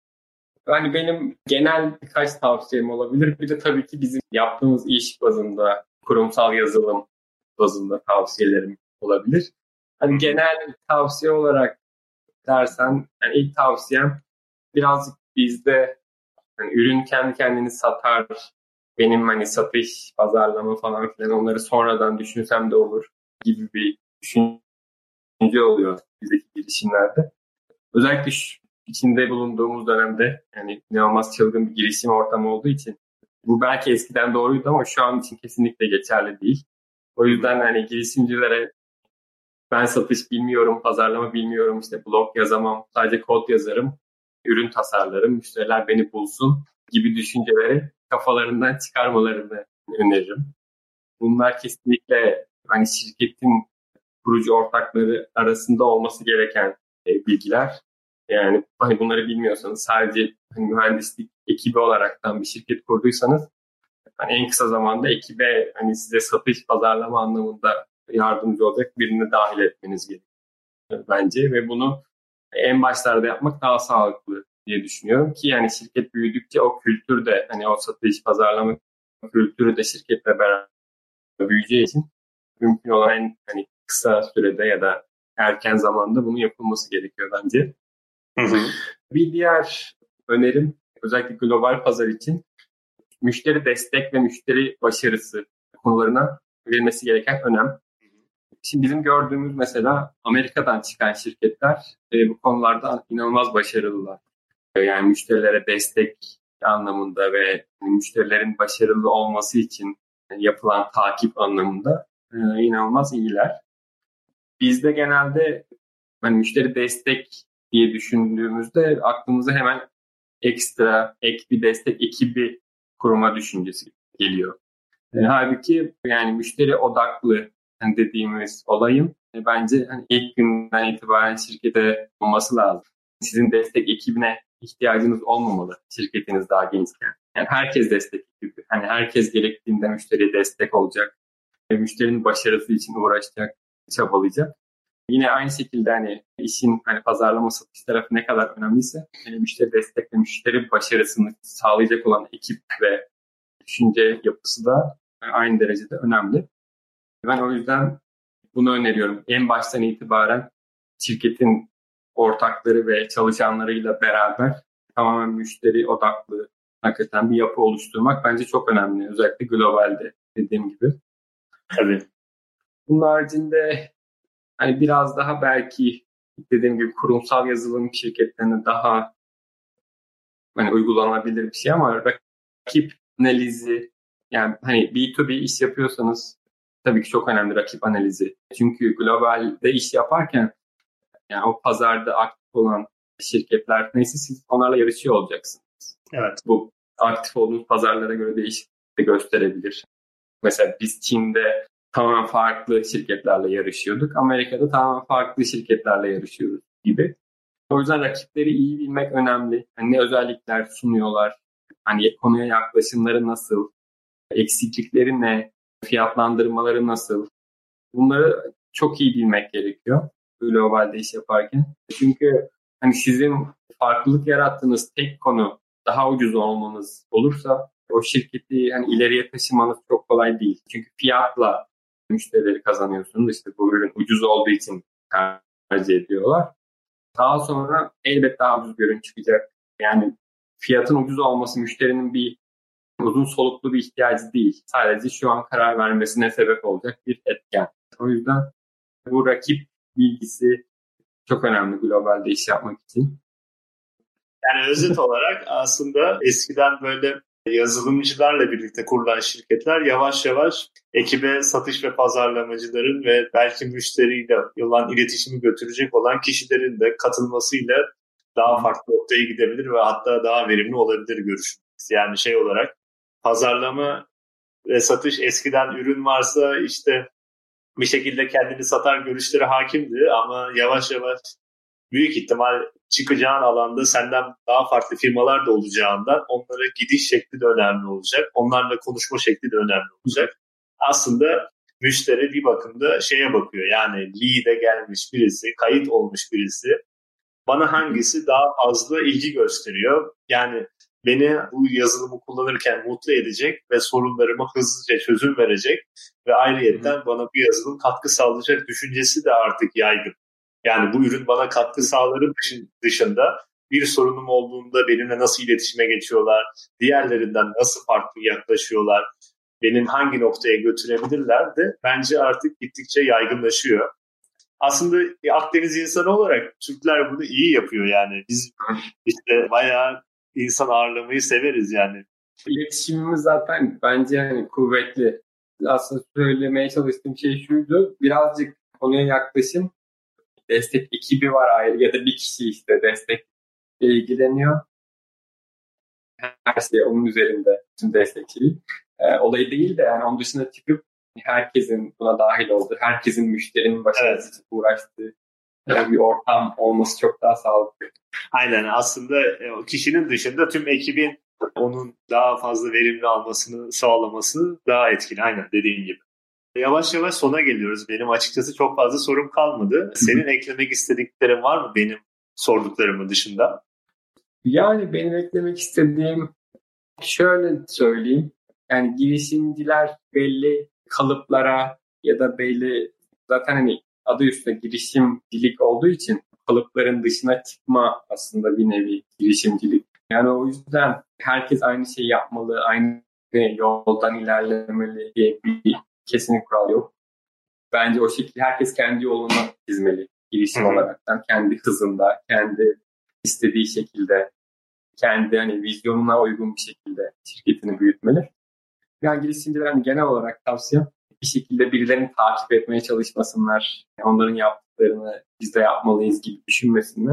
Yani benim genel birkaç tavsiyem olabilir. Bir de tabii ki bizim yaptığımız iş bazında, kurumsal yazılım bazında tavsiyelerim olabilir. Hani genel tavsiye olarak dersen, yani ilk tavsiyem birazcık bizde hani ürün kendi kendini satar, benim hani satış, pazarlama falan filan onları sonradan düşünsem de olur gibi bir düşünce oluyor bizdeki girişimlerde. Özellikle şu içinde bulunduğumuz dönemde yani inanılmaz çılgın bir girişim ortamı olduğu için bu belki eskiden doğruydu ama şu an için kesinlikle geçerli değil. O yüzden hani girişimcilere ben satış bilmiyorum, pazarlama bilmiyorum, işte blog yazamam, sadece kod yazarım, ürün tasarlarım, müşteriler beni bulsun gibi düşünceleri kafalarından çıkarmalarını öneririm. Bunlar kesinlikle hani şirketin kurucu ortakları arasında olması gereken e, bilgiler. Yani hani bunları bilmiyorsanız, sadece hani mühendislik ekibi olaraktan bir şirket kurduysanız hani en kısa zamanda ekibe hani size satış, pazarlama anlamında yardımcı olacak birini dahil etmeniz gerekiyor bence ve bunu en başlarda yapmak daha sağlıklı diye düşünüyorum ki yani şirket büyüdükçe o kültür de hani o satış, pazarlama kültürü de şirketle beraber büyüyeceği için mümkün olan en hani kısa sürede ya da erken zamanda bunun yapılması gerekiyor bence. Hı hı. Bir diğer önerim özellikle global pazar için müşteri destek ve müşteri başarısı konularına verilmesi gereken önem. Şimdi bizim gördüğümüz mesela Amerika'dan çıkan şirketler e, bu konularda inanılmaz başarılılar. Yani müşterilere destek anlamında ve müşterilerin başarılı olması için yapılan takip anlamında e, inanılmaz iyiler. Bizde genelde yani müşteri destek diye düşündüğümüzde aklımıza hemen ekstra ek bir destek ekibi kurma düşüncesi geliyor. E, halbuki yani müşteri odaklı yani dediğimiz olayın e, bence hani ilk günden itibaren şirkete olması lazım. Sizin destek ekibine ihtiyacınız olmamalı şirketiniz daha gençken. Yani herkes destek ekibi. Hani herkes gerektiğinde müşteriye destek olacak. E, müşterinin başarısı için uğraşacak, çabalayacak. Yine aynı şekilde hani işin hani pazarlama satış tarafı ne kadar önemliyse yani müşteri destek ve müşteri başarısını sağlayacak olan ekip ve düşünce yapısı da aynı derecede önemli. Ben o yüzden bunu öneriyorum. En baştan itibaren şirketin ortakları ve çalışanlarıyla beraber tamamen müşteri odaklı hakikaten bir yapı oluşturmak bence çok önemli. Özellikle globalde dediğim gibi. Tabii. Bunun haricinde hani biraz daha belki dediğim gibi kurumsal yazılım şirketlerine daha hani uygulanabilir bir şey ama rakip analizi yani hani B iki B iş yapıyorsanız tabii ki çok önemli rakip analizi. Çünkü globalde iş yaparken yani o pazarda aktif olan şirketler neyse siz onlarla yarışıyor olacaksınız. Evet. Bu aktif olduğunuz pazarlara göre değişiklik de gösterebilir. Mesela biz Çin'de tamamen farklı şirketlerle yarışıyorduk. Amerika'da tamamen farklı şirketlerle yarışıyoruz gibi. O yüzden rakipleri iyi bilmek önemli. Yani ne özellikler sunuyorlar, hani konuya yaklaşımları nasıl, eksiklikleri ne, fiyatlandırmaları nasıl. Bunları çok iyi bilmek gerekiyor globalde iş yaparken. Çünkü hani sizin farklılık yarattığınız tek konu daha ucuz olmanız olursa o şirketi hani ileriye taşımanız çok kolay değil. Çünkü fiyatla müşterileri kazanıyorsunuz. İşte bu ürün ucuz olduğu için tercih ediyorlar. Daha sonra elbette daha ucuz bir ürün çıkacak. Yani fiyatın ucuz olması müşterinin bir uzun soluklu bir ihtiyacı değil. Sadece şu an karar vermesine sebep olacak bir etken. O yüzden bu rakip bilgisi çok önemli globalde iş yapmak için. Yani özet olarak aslında eskiden böyle yazılımcılarla birlikte kurulan şirketler yavaş yavaş ekibe satış ve pazarlamacıların ve belki müşteriyle olan iletişimi götürecek olan kişilerin de katılmasıyla daha farklı noktaya gidebilir ve hatta daha verimli olabilir görüşürüz. Yani şey olarak pazarlama ve satış eskiden ürün varsa işte bir şekilde kendini satar görüşleri hakimdi ama yavaş yavaş büyük ihtimal çıkacağın alanda senden daha farklı firmalar da olacağından onlara gidiş şekli de önemli olacak. Onlarla konuşma şekli de önemli olacak. Aslında müşteri bir bakımda şeye bakıyor. Yani lead'e gelmiş birisi, kayıt olmuş birisi. Bana hangisi daha fazla ilgi gösteriyor? Yani beni bu yazılımı kullanırken mutlu edecek ve sorunlarıma hızlıca çözüm verecek ve ayrıyetten bana bu yazılım katkı sağlayacak düşüncesi de artık yaygın. Yani bu ürün bana katkı sağları dışında bir sorunum olduğunda benimle nasıl iletişime geçiyorlar, diğerlerinden nasıl farklı yaklaşıyorlar, benim hangi noktaya götürebilirler de bence artık gittikçe yaygınlaşıyor. Aslında Akdeniz insanı olarak Türkler bunu iyi yapıyor yani. Biz işte bayağı insan ağırlamayı severiz yani. İletişimimiz zaten bence hani kuvvetli. Aslında söylemeye çalıştığım şey şuydu. Birazcık konuya yaklaşım. Destek ekibi var ayrı ya da bir kişi işte destekle ilgileniyor. Her şey onun üzerinde tüm destekçiliği. Ee, olayı değil de yani onun dışına çıkıp herkesin buna dahil olduğu, herkesin müşterinin başarısı için uğraştığı bir ortam olması çok daha sağlıklı. Aynen aslında o kişinin dışında tüm ekibin onun daha fazla verimli almasını sağlaması daha etkili. Aynen dediğin gibi. Yavaş yavaş sona geliyoruz. Benim açıkçası çok fazla sorum kalmadı. Senin eklemek istediklerin var mı benim sorduklarımın dışında? Yani benim eklemek istediğim şöyle söyleyeyim. Yani girişimciler belli kalıplara ya da belli zaten hani adı üstünde girişimcilik olduğu için kalıpların dışına çıkma aslında bir nevi girişimcilik. Yani o yüzden herkes aynı şeyi yapmalı, aynı yoldan ilerlemeli diye bir kesinlikle kural yok. Bence o şekilde herkes kendi yolunu çizmeli girişim olaraktan. Kendi hızında, kendi istediği şekilde, kendi hani vizyonuna uygun bir şekilde şirketini büyütmeli. Yani girişimciler hani genel olarak tavsiyem bir şekilde birilerini takip etmeye çalışmasınlar. Onların yaptıklarını biz de yapmalıyız gibi düşünmesinler.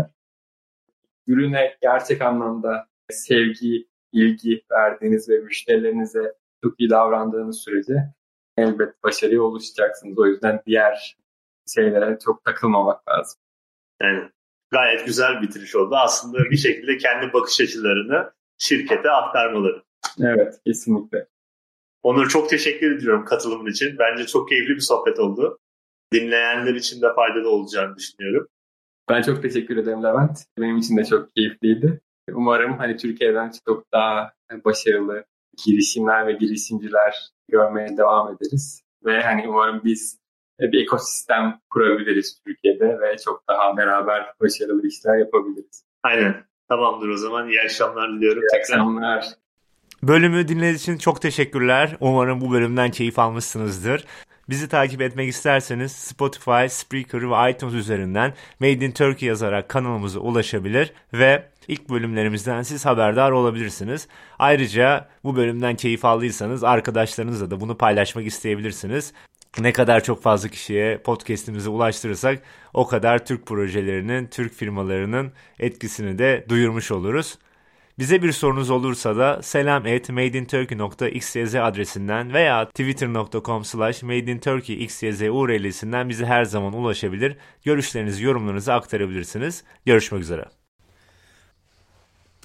Ürüne gerçek anlamda sevgi, ilgi verdiğiniz ve müşterilerinize çok iyi davrandığınız sürece elbet başarıya ulaşacaksınız. O yüzden diğer şeylere çok takılmamak lazım. Yani gayet güzel bir bitiriş oldu. Aslında bir şekilde kendi bakış açılarını şirkete aktarmaları. Evet, kesinlikle. Onur çok teşekkür ediyorum katılımın için. Bence çok keyifli bir sohbet oldu. dinleyenler için de faydalı olacağını düşünüyorum. Ben çok teşekkür ederim Levent. Benim için de çok keyifliydi. Umarım hani Türkiye'den çok daha başarılı girişimler ve girişimciler görmeye devam ederiz. Ve hani umarım biz bir ekosistem kurabiliriz Türkiye'de ve çok daha beraber başarılı işler yapabiliriz. Aynen. Tamamdır o zaman. İyi akşamlar diliyorum. İyi akşamlar. Bölümü dinlediğiniz için çok teşekkürler. Umarım bu bölümden keyif almışsınızdır. Bizi takip etmek isterseniz Spotify, Spreaker ve iTunes üzerinden Made in Turkey yazarak kanalımıza ulaşabilir ve ilk bölümlerimizden siz haberdar olabilirsiniz. Ayrıca bu bölümden keyif aldıysanız arkadaşlarınızla da bunu paylaşmak isteyebilirsiniz. Ne kadar çok fazla kişiye podcast'imizi ulaştırırsak o kadar Türk projelerinin, Türk firmalarının etkisini de duyurmuş oluruz. Bize bir sorunuz olursa da selam at madeinturkey nokta xyz adresinden veya twitter nokta com slash madeinturkeyxyz U R L'sinden bize her zaman ulaşabilir. Görüşlerinizi, yorumlarınızı aktarabilirsiniz. Görüşmek üzere.